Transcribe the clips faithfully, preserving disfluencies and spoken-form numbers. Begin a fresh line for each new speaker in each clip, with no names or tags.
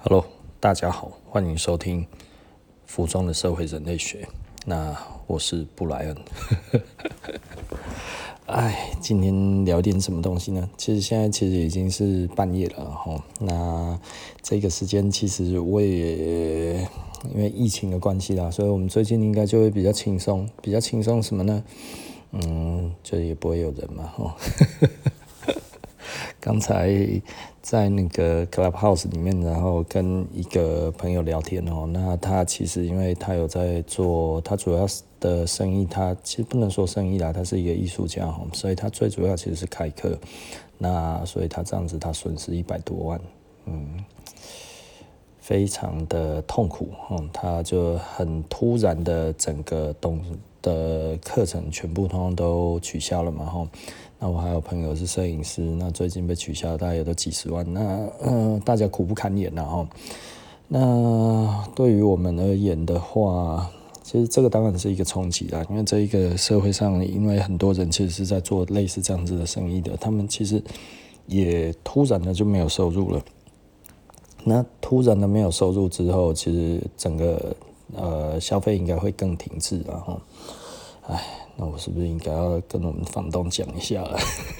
Hello，大家好，欢迎收听服装的社会人类学。那我是布莱恩。哎，今天聊点什么东西呢？其实现在其实已经是半夜了哈。那这个时间其实我也因为疫情的关系啦，所以我们最近应该就会比较轻松，比较轻松什么呢？嗯，就也不会有人嘛哈。刚才在那个 Clubhouse 里面，然后跟一个朋友聊天哦，那他其实因为他有在做，他主要的生意，他其实不能说生意啦，他是一个艺术家哦，所以他最主要其实是开课，那所以他这样子他损失一百多万，嗯，非常的痛苦哦，他就很突然的整个东的课程全部通通都取消了嘛吼。那我还有朋友是摄影师，那最近被取消，大概有都几十万，那呃大家苦不堪言然后，那对于我们而言的话，其实这个当然是一个冲击啦，因为这一个社会上，因为很多人其实是在做类似这样子的生意的，他们其实也突然的就没有收入了。那突然的没有收入之后，其实整个呃消费应该会更停滞了哈。哎，那我是不是应该要跟我们房东讲一下了？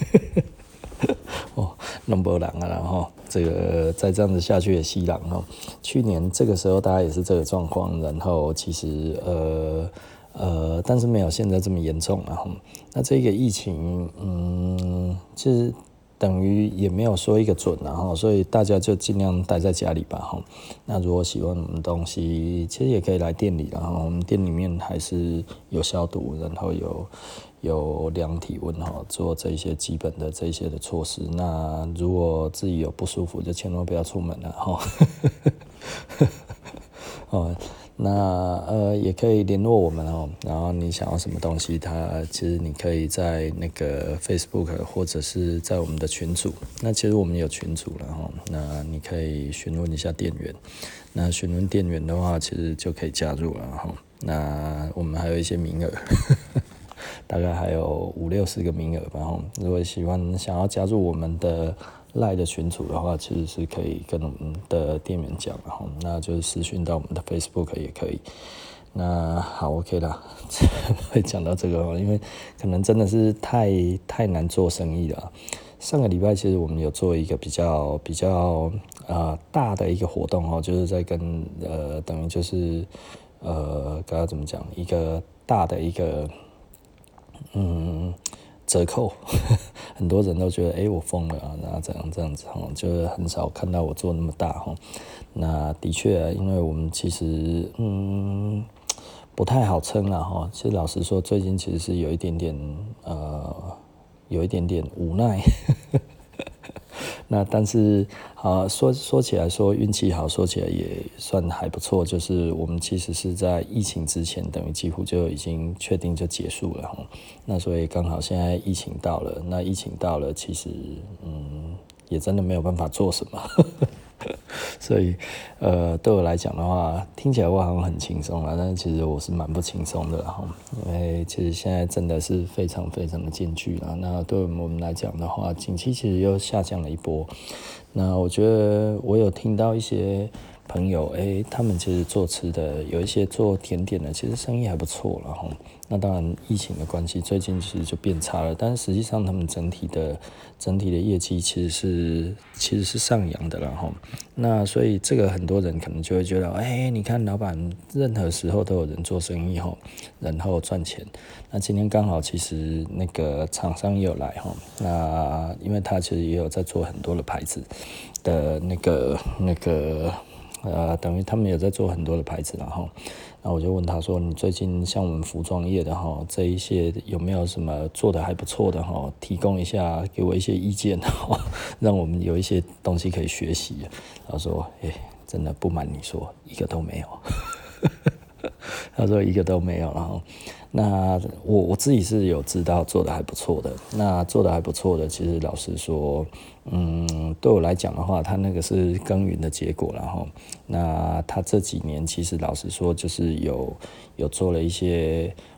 哦，弄不人啊，然后这个再这样子下去也稀烂哦。去年这个时候大家也是这个状况，然后其实呃呃，但是没有现在这么严重然后，那这个疫情，嗯，其实等于也没有说一个准然后，所以大家就尽量待在家里吧哈。那如果喜欢我们东西，其实也可以来店里，然后我们店里面还是有消毒，然后有有量体温哈，做这些基本的这些的措施。那如果自己有不舒服，就千万不要出门了哈。哦，那呃也可以联络我们哦。然后你想要什么东西，它其实你可以在那个 Facebook 或者是在我们的群组。那其实我们有群组了哈。那你可以询问一下店员。那询问店员的话，其实就可以加入了哈。那我们还有一些名额。大概还有五六十个名额吧。然后，如果喜欢想要加入我们的赖的群组的话，其实是可以跟我们的店员讲，然后那就是私讯到我们的 Facebook 也可以。那好 ，OK 啦，会讲到这个，因为可能真的是太太难做生意了。上个礼拜其实我们有做一个比较比较呃大的一个活动哦，就是在跟呃等于就是呃该要怎么讲，一个大的一个。嗯，折扣，很多人都觉得，哎、欸，我疯了啊，然后这样这样子哈，就是很少看到我做那么大哈。那的确、啊，因为我们其实嗯不太好撑了哈。其实老实说，最近其实是有一点点呃，有一点点无奈。那但是啊，说说起来说运气好，说起来也算还不错。就是我们其实是在疫情之前，等于几乎就已经确定就结束了哈。那所以刚好现在疫情到了，那疫情到了，其实嗯也真的没有办法做什么。所以，呃，对我来讲的话，听起来我好像很轻松啦，但是其实我是蛮不轻松的哈，因为其实现在真的是非常非常的艰巨啦。那对我们来讲的话，景气其实又下降了一波。那我觉得我有听到一些朋友，哎，他们其实做吃的，有一些做甜点的，其实生意还不错了哈。那当然，疫情的关系，最近其实就变差了，但是实际上他们整体的整体的业绩其实是其实是上扬的了哈。那所以这个很多人可能就会觉得，哎，你看老板任何时候都有人做生意哈，然后赚钱。那今天刚好其实那个厂商也有来哈，那因为他其实也有在做很多的牌子的那个那个。呃，等于他们有在做很多的牌子然后，那我就问他说，你最近像我们服装业的哈，这一些有没有什么做的还不错的哈，提供一下，给我一些意见哈，让我们有一些东西可以学习。他说，哎、欸，真的不瞒你说，一个都没有。他说一个都没有，然后那我我自己是有知道做的还不错的，那做的还不错的，其实老实说，嗯，对我来讲的话，他那个是耕耘的结果，然后那他这几年其实老实说就是有有做了一些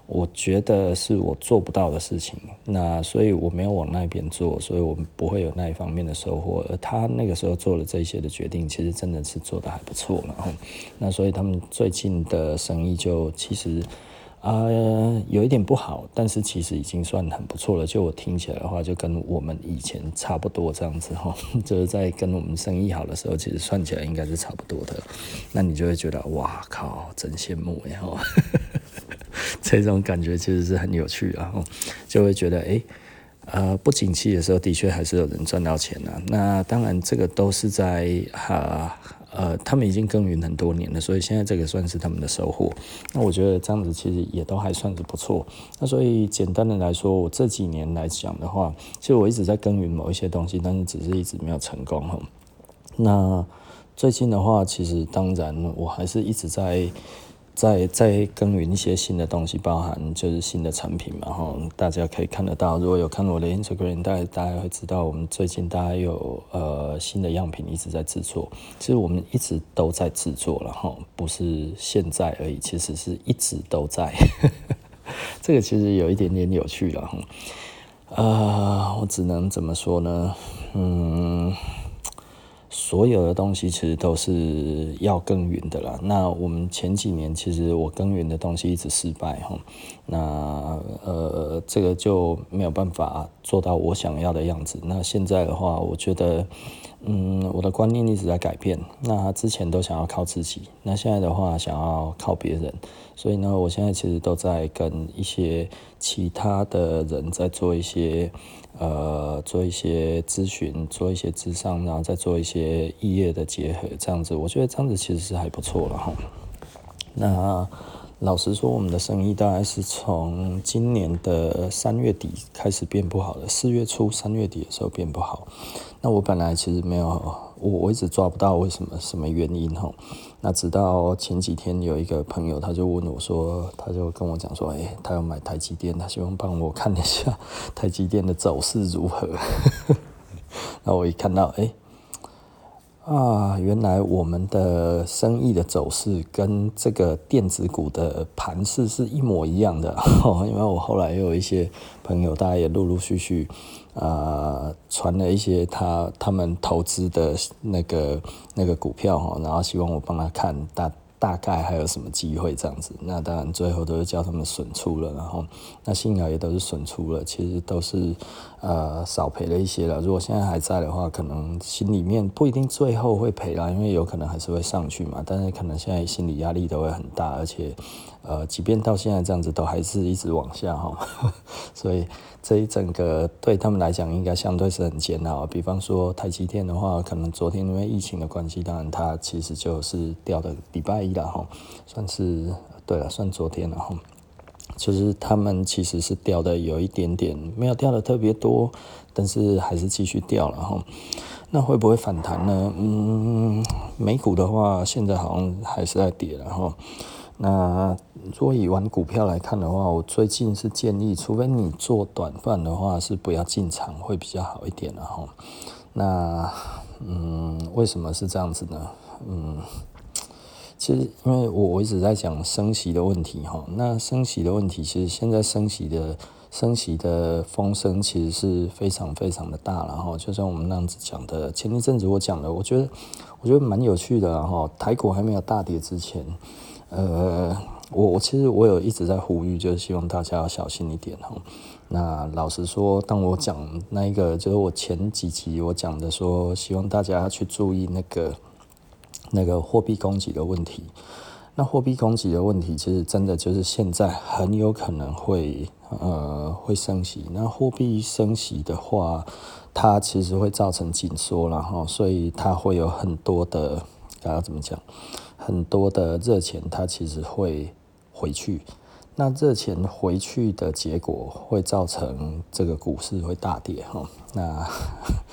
我觉得是我做不到的事情，那所以我没有往那边做，所以我不会有那一方面的收获。而他那个时候做了这些的决定，其实真的是做得还不错，然后那所以他们最近的生意就其实呃有一点不好，但是其实已经算很不错了。就我听起来的话，就跟我们以前差不多这样子哈，就是在跟我们生意好的时候，其实算起来应该是差不多的。那你就会觉得哇靠，真羡慕然后。这种感觉其实是很有趣，然后就会觉得，哎，呃，不景气的时候，的确还是有人赚到钱啊。那当然，这个都是在哈呃，他们已经耕耘很多年了，所以现在这个算是他们的收获。那我觉得这样子其实也都还算是不错。那所以简单的来说，我这几年来讲的话，其实我一直在耕耘某一些东西，但是只是一直没有成功哈。那最近的话，其实当然我还是一直在。在在耕耘一些新的东西，包含就是新的产品嘛，哈，大家可以看得到。如果有看我的 Instagram， 大家大家会知道，我们最近大概有呃新的样品一直在制作。其实我们一直都在制作了哈，不是现在而已，其实是一直都在。这个其实有一点点有趣了哈。呃，我只能怎么说呢？嗯。所有的东西其实都是要耕耘的啦。那我们前几年其实我耕耘的东西一直失败哈，那呃这个就没有办法做到我想要的样子。那现在的话，我觉得嗯我的观念一直在改变。那之前都想要靠自己，那现在的话想要靠别人。所以呢，我现在其实都在跟一些其他的人在做一些。呃，做一些咨询，做一些咨商，然后再做一些异业的结合，这样子，我觉得这样子其实是还不错了哈。那老实说，我们的生意大概是从今年的三月底开始变不好的，四月初、三月底的时候变不好。那我本来其实没有，我我一直抓不到为什么什么原因哈。那直到前几天有一个朋友，他就问我说，他就跟我讲说，哎、欸，他要买台积电，他希望帮我看一下台积电的走势如何。那我一看到，哎、欸，啊，原来我们的生意的走势跟这个电子股的盘势是一模一样的。因为我后来又有一些朋友，大家也陆陆续续。呃，传了一些他他们投资的那个那个股票哈，然后希望我帮他看大大概还有什么机会这样子。那当然最后都是叫他们损出了，然后那幸好也都是损出了，其实都是呃少赔了一些了。如果现在还在的话，可能心里面不一定最后会赔啦，因为有可能还是会上去嘛。但是可能现在心理压力都会很大，而且呃，即便到现在这样子，都还是一直往下哈，所以。这一整个对他们来讲应该相对是很煎熬。比方说台积电的话，可能昨天因为疫情的关系，当然它其实就是掉的礼拜一了哈，算是对了，算昨天了哈。就是他们其实是掉的有一点点，没有掉的特别多，但是还是继续掉了哈。那会不会反弹呢？嗯，美股的话，现在好像还是在跌了哈。那如果以玩股票来看的话，我最近是建议，除非你做短饭的话，是不要进场会比较好一点的哈。那嗯，为什么是这样子呢？嗯，其实因为我我一直在讲升息的问题哈。那升息的问题，其实现在升息的升息的风声其实是非常非常的大了哈。就像我们那样子讲的，前一阵子我讲的，我觉得我觉得蛮有趣的哈。台股还没有大跌之前。呃，我我其实我有一直在呼吁，就是希望大家要小心一点哈。那老实说，当我讲那一个，就是我前几集我讲的说，希望大家要去注意那个那个货币供给的问题。那货币供给的问题，其实真的就是现在很有可能会呃会升息。那货币升息的话，它其实会造成紧缩啦哈，所以它会有很多的，该要怎么讲？很多的热钱它其实会回去，那热钱回去的结果会造成这个股市会大跌哈。那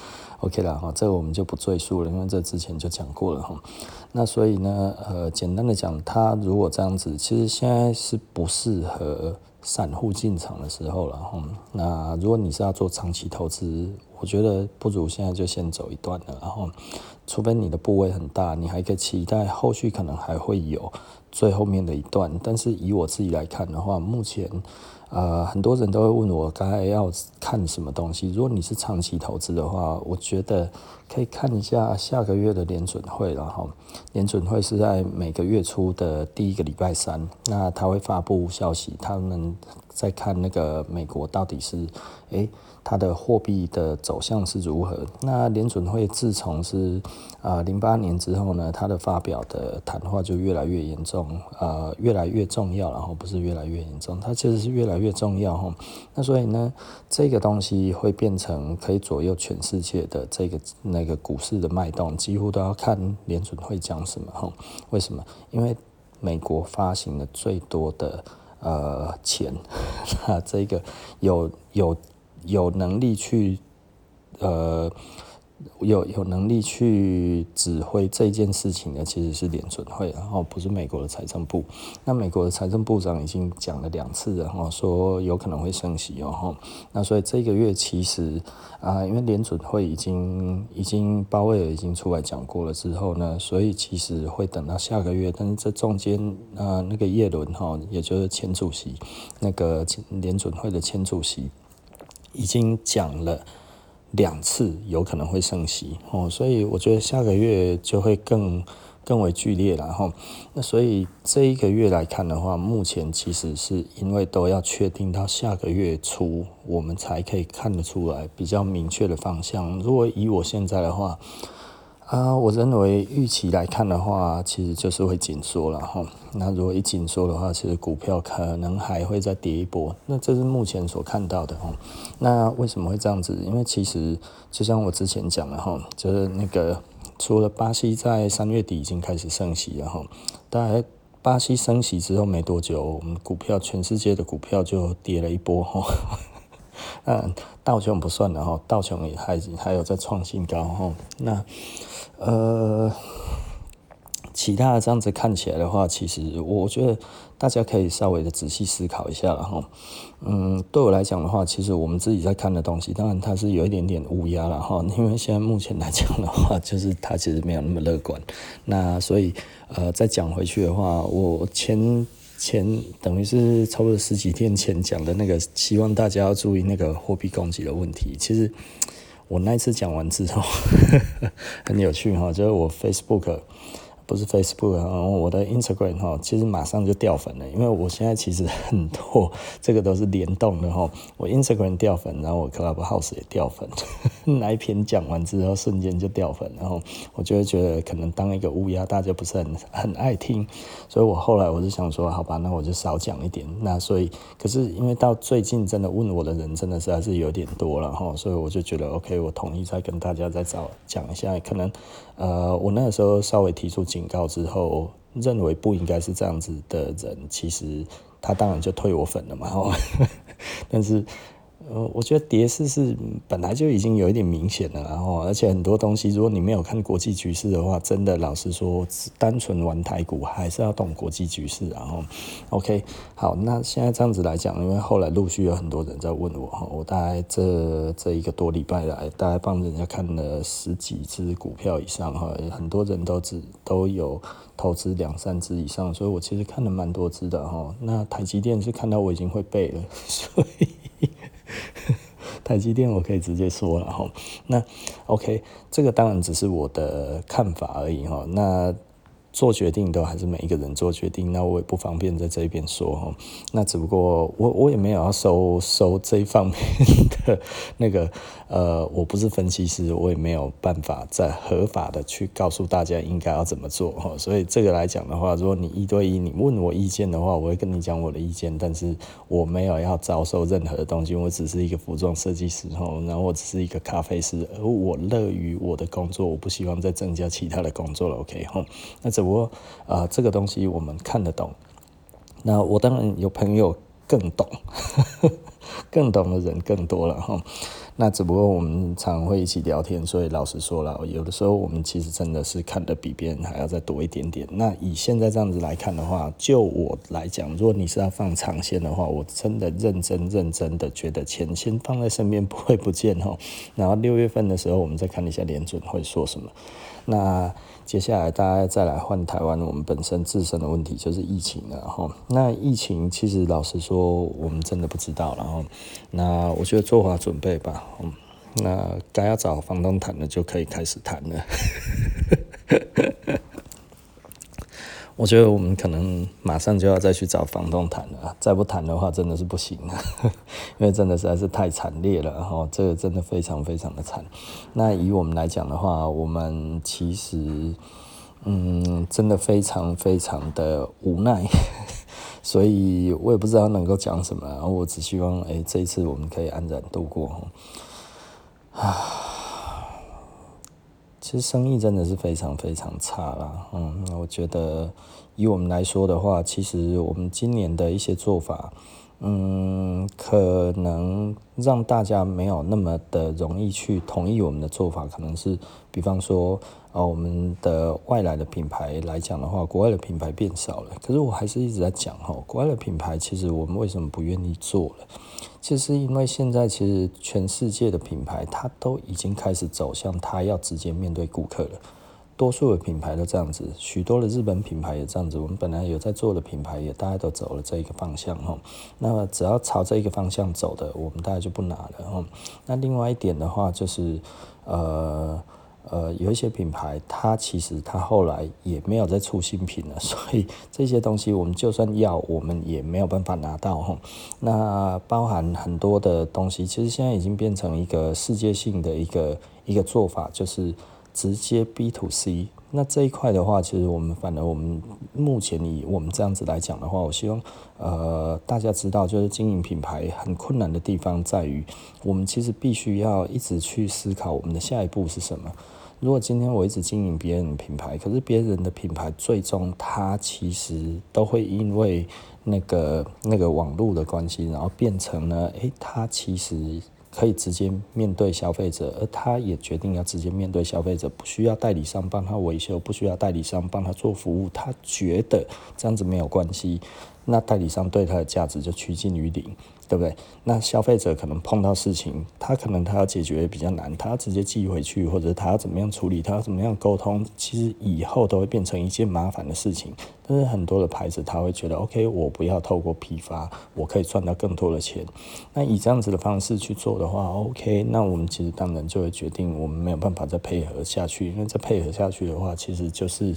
OK 啦哈，这个我们就不赘述了，因为这之前就讲过了哈。那所以呢，呃，简单的讲，它如果这样子，其实现在是不适合散户进场的时候了哈。那如果你是要做长期投资，我觉得不如现在就先走一段了，然后除非你的部位很大，你还可以期待后续可能还会有最后面的一段。但是以我自己来看的话，目前呃很多人都会问我该要看什么东西。如果你是长期投资的话，我觉得可以看一下下个月的联准会，然后联准会是在每个月初的第一个礼拜三，那他会发布消息，他们在看那个美国到底是诶它的货币的走向是如何。那联准会自从是呃零八年之后呢，它的发表的谈话就越来越严重，呃越来越重要，然后不是越来越严重，它其实是越来越重要哈。那所以呢，这个东西会变成可以左右全世界的这个那个股市的脉动，几乎都要看联准会讲什么哈。为什么？因为美国发行了最多的呃钱，那这个有有。有能力去，呃，有有能力去指挥这件事情的其实是联准会，然后不是美国的财政部。那美国的财政部长已经讲了两次了，然后说有可能会升息哦。那所以这个月其实啊、呃，因为联准会已经已经鲍威尔已经出来讲过了之后呢，所以其实会等到下个月。但是这中间呃那个耶伦哈，也就是前主席，那个联准会的前主席。已经讲了两次有可能会升息哦，所以我觉得下个月就会更更为剧烈了哈。那所以这一个月来看的话，目前其实是因为都要确定到下个月初，我们才可以看得出来比较明确的方向。如果以我现在的话，啊、呃，我认为预期来看的话，其实就是会紧缩了哈。那如果一紧缩的话，其实股票可能还会再跌一波。那这是目前所看到的哈。那为什么会这样子？因为其实就像我之前讲的哈，就是那个除了巴西在三月底已经开始升息了哈，大概巴西升息之后没多久，我们股票全世界的股票就跌了一波哈。那道琼不算了哈，道琼也还还有在创新高哈。那呃，其他的这样子看起来的话，其实我觉得大家可以稍微的仔细思考一下了哈。嗯，对我来讲的话，其实我们自己在看的东西，当然它是有一点点乌鸦了哈。因为现在目前来讲的话，就是它其实没有那么乐观。那所以呃，再讲回去的话，我前。前等于是差不多十几天前讲的那个，希望大家要注意那个货币供给的问题。其实我那一次讲完之后很有趣哈，就是我 Facebook 不是 Facebook 啊，我的 Instagram 哈，其实马上就掉粉了，因为我现在其实很多这个都是联动的哈，我 Instagram 掉粉，然后我 Clubhouse 也掉粉，那一篇讲完之后瞬间就掉粉，然后我就会觉得可能当一个乌鸦，大家不是很很爱听，所以我后来我就想说，好吧，那我就少讲一点。那所以可是因为到最近真的问我的人真的是还是有点多了哈，所以我就觉得 OK， 我统一再跟大家再找讲一下，可能呃我那个时候稍微提出警告之后，认为不应该是这样子的人，其实他当然就退我粉了嘛。但是呃，我觉得跌势是本来就已经有一点明显了，然后而且很多东西，如果你没有看国际局势的话，真的老实说，单纯玩台股还是要懂国际局势。然后 ，OK， 好，那现在这样子来讲，因为后来陆续有很多人在问我哈，我大概这这一个多礼拜来，大概帮人家看了十几只股票以上哈，很多人都只都有投资两三只以上，所以我其实看了蛮多只的哈。那台积电是看到我已经会背了，所以。台积电我可以直接说了哈，那 OK， 这个当然只是我的看法而已哈。那做决定都还是每一个人做决定，那我也不方便在这边说哈。那只不过我我也没有要收收这一方面的那个呃，我不是分析师，我也没有办法在合法的去告诉大家应该要怎么做哈。所以这个来讲的话，如果你一对一你问我意见的话，我会跟你讲我的意见，但是我没有要招收任何的东西，我只是一个服装设计师哈，然后我只是一个咖啡师，而我乐于我的工作，我不希望再增加其他的工作了 ，OK 哈。那只不过啊、呃，这个东西我们看得懂。那我当然有朋友更懂，更懂的人更多了哈。 那只不过我们常会一起聊天，所以老实说了，有的时候我们其实真的是看得比别人还要再多一点点。那以现在这样子来看的话，就我来讲，如果你是要放长线的话，我真的认真认真的觉得钱先放在身边不会不见哦。然后六月份的时候，我们再看一下联准会说什么。那接下来大家再来换台湾，我们本身自身的问题就是疫情了哈。那疫情其实老实说，我们真的不知道了哈。那我觉得做好准备吧。那该要找房东谈的就可以开始谈了。我觉得我们可能马上就要再去找房东谈了，再不谈的话真的是不行了，因为真的实在是太惨烈了，然后这个真的非常非常的惨。那以我们来讲的话，我们其实嗯真的非常非常的无奈，所以我也不知道能够讲什么，然后我只希望哎这一次我们可以安然度过。啊，其实生意真的是非常非常差啦，嗯，我觉得以我们来说的话，其实我们今年的一些做法，嗯，可能让大家没有那么的容易去同意我们的做法，可能是比方说，呃，我们的外来的品牌来讲的话，国外的品牌变少了，可是我还是一直在讲哈，国外的品牌其实我们为什么不愿意做了？其实因为现在其实全世界的品牌，它都已经开始走向它要直接面对顾客了。多数的品牌都这样子，许多的日本品牌也这样子。我们本来有在做的品牌也大概都走了这一个方向哈。那么只要朝这一个方向走的，我们大概就不拿了哈。那另外一点的话就是呃。呃，有一些品牌，它其实它后来也没有再出新品了，所以这些东西我们就算要，我们也没有办法拿到哈。那包含很多的东西，其实现在已经变成一个世界性的一个一个做法，就是直接 B to C。那这一块的话，其实我们反而我们目前以我们这样子来讲的话，我希望呃大家知道，就是经营品牌很困难的地方在于，我们其实必须要一直去思考我们的下一步是什么。如果今天我一直经营别人的品牌，可是别人的品牌最终它其实都会因为那个那个网络的关系，然后变成了，诶，它其实可以直接面对消费者，而他也决定要直接面对消费者，不需要代理商帮他维修，不需要代理商帮他做服务，他觉得这样子没有关系，那代理商对他的价值就趋近于零，对不对？那消费者可能碰到事情，他可能他要解决比较难，他要直接寄回去，或者他要怎么样处理，他要怎么样沟通，其实以后都会变成一件麻烦的事情。但是很多的牌子他会觉得 OK， 我不要透过批发，我可以赚到更多的钱。那以这样子的方式去做的话 OK， 那我们其实当然就会决定我们没有办法再配合下去，因为再配合下去的话，其实就是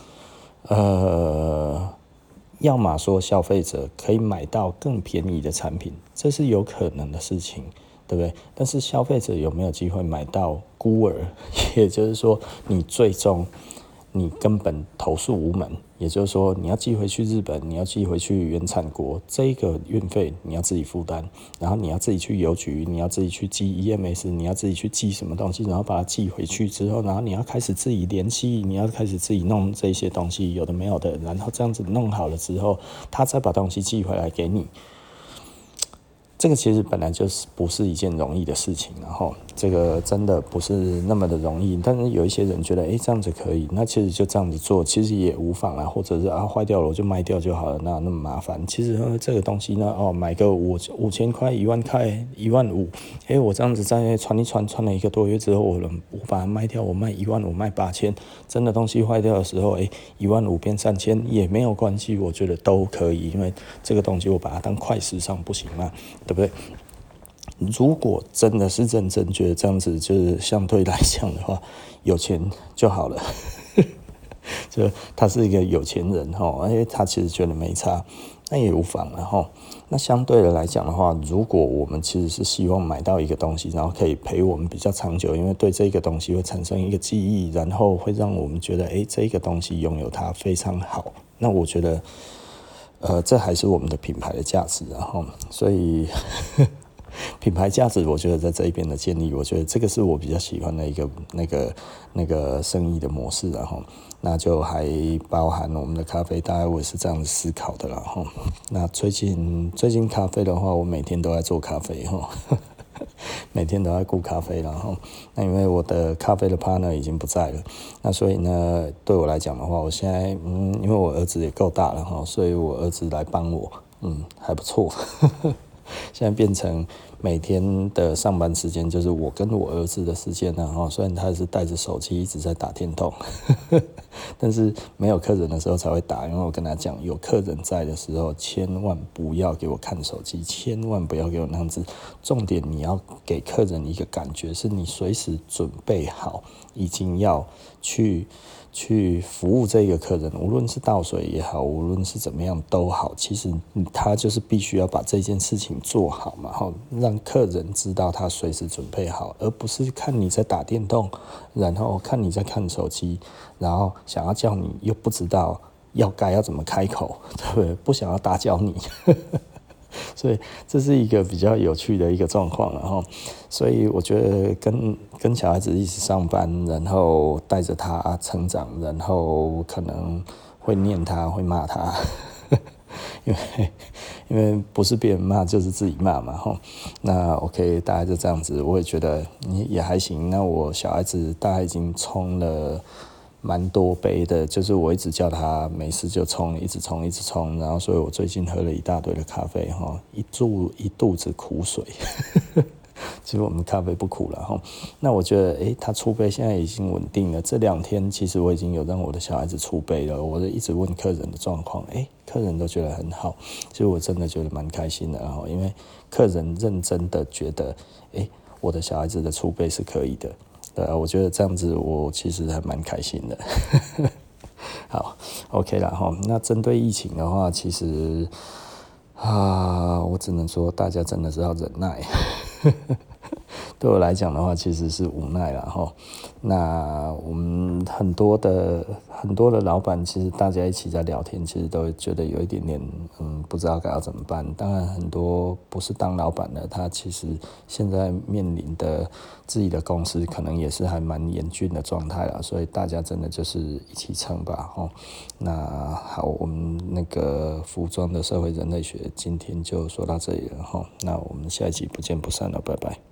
呃要么说消费者可以买到更便宜的产品，这是有可能的事情，对不对？但是消费者有没有机会买到孤儿，也就是说你最终你根本投诉无门，也就是说你要寄回去日本，你要寄回去原产国，这个运费你要自己负担，然后你要自己去邮局，你要自己去寄 E M S， 你要自己去寄什么东西，然后把它寄回去之后，然后你要开始自己联系，你要开始自己弄这些东西，有的没有的，然后这样子弄好了之后，他再把东西寄回来给你。这个其实本来就是不是一件容易的事情，然后这个真的不是那么的容易。但是有一些人觉得，哎，这样子可以，那其实就这样子做，其实也无妨啊，或者是啊坏掉了我就卖掉就好了，那那么麻烦。其实、呃、这个东西呢，哦，买个五五千块、一万块、一万五，哎，我这样子在穿一穿，穿了一个多月之后，我我把它卖掉，我卖一万五，卖八千，真的东西坏掉的时候，哎，一万五变三千也没有关系，我觉得都可以，因为这个东西我把它当快时尚不行吗？对不对？如果真的是认真觉得这样子就是相对来讲的话，有钱就好了。就他是一个有钱人哈，而且他其实觉得没差，那也无妨了哈。那相对的来讲的话，如果我们其实是希望买到一个东西，然后可以陪我们比较长久，因为对这个东西会产生一个记忆，然后会让我们觉得，哎，这个东西拥有它非常好。那我觉得。呃，这还是我们的品牌的价值，然后，所以品牌价值，我觉得在这一边的建立，我觉得这个是我比较喜欢的一个那个那个生意的模式，然后，那就还包含我们的咖啡，大概我也是这样子思考的，然后，那最近最近咖啡的话，我每天都在做咖啡哈。 每天都在顾咖啡，然后那因为我的咖啡的 partner 已经不在了，那所以呢，对我来讲的话，我现在嗯，因为我儿子也够大了哈，所以我儿子来帮我，嗯，还不错。现在变成每天的上班时间就是我跟我儿子的时间呢，虽然他是带着手机一直在打电动，但是没有客人的时候才会打，因为我跟他讲，有客人在的时候，千万不要给我看手机，千万不要给我那样子。重点你要给客人一个感觉，是你随时准备好，已经要去。去服务这个客人，无论是倒水也好，无论是怎么样都好，其实他就是必须要把这件事情做好嘛，好让客人知道他随时准备好，而不是看你在打电动，然后看你在看手机，然后想要叫你又不知道要该要怎么开口，对不对？不想要打搅你。所以这是一个比较有趣的一个状况，然后，所以我觉得跟跟小孩子一起上班，然后带着他成长，然后可能会念他，会骂他，因为因为不是别人骂就是自己骂嘛，吼。那 OK， 大概就这样子，我也觉得你也还行。那我小孩子大概已经冲了。蛮多杯的，就是我一直叫他没事就冲，一直冲一直冲，然后所以我最近喝了一大堆的咖啡哈，一肚一肚子苦水。其实我们咖啡不苦了哈。那我觉得诶，他出杯现在已经稳定了。这两天其实我已经有让我的小孩子出杯了，我就一直问客人的状况，诶，客人都觉得很好，其实我真的觉得蛮开心的，然后因为客人认真的觉得，诶，我的小孩子的出杯是可以的。对啊，我觉得这样子我其实还蛮开心的。好 ，OK 啦齁。那针对疫情的话，其实啊，我只能说大家真的是要忍耐。对我来讲的话，其实是无奈啦齁。那我们很多的很多的老板，其实大家一起在聊天，其实都觉得有一点点嗯，不知道该要怎么办。当然，很多不是当老板的，他其实现在面临的自己的公司，可能也是还蛮严峻的状态啦。所以大家真的就是一起撑吧齁。那好，我们那个服装的社会人类学今天就说到这里了齁。那我们下一集不见不散了，拜拜。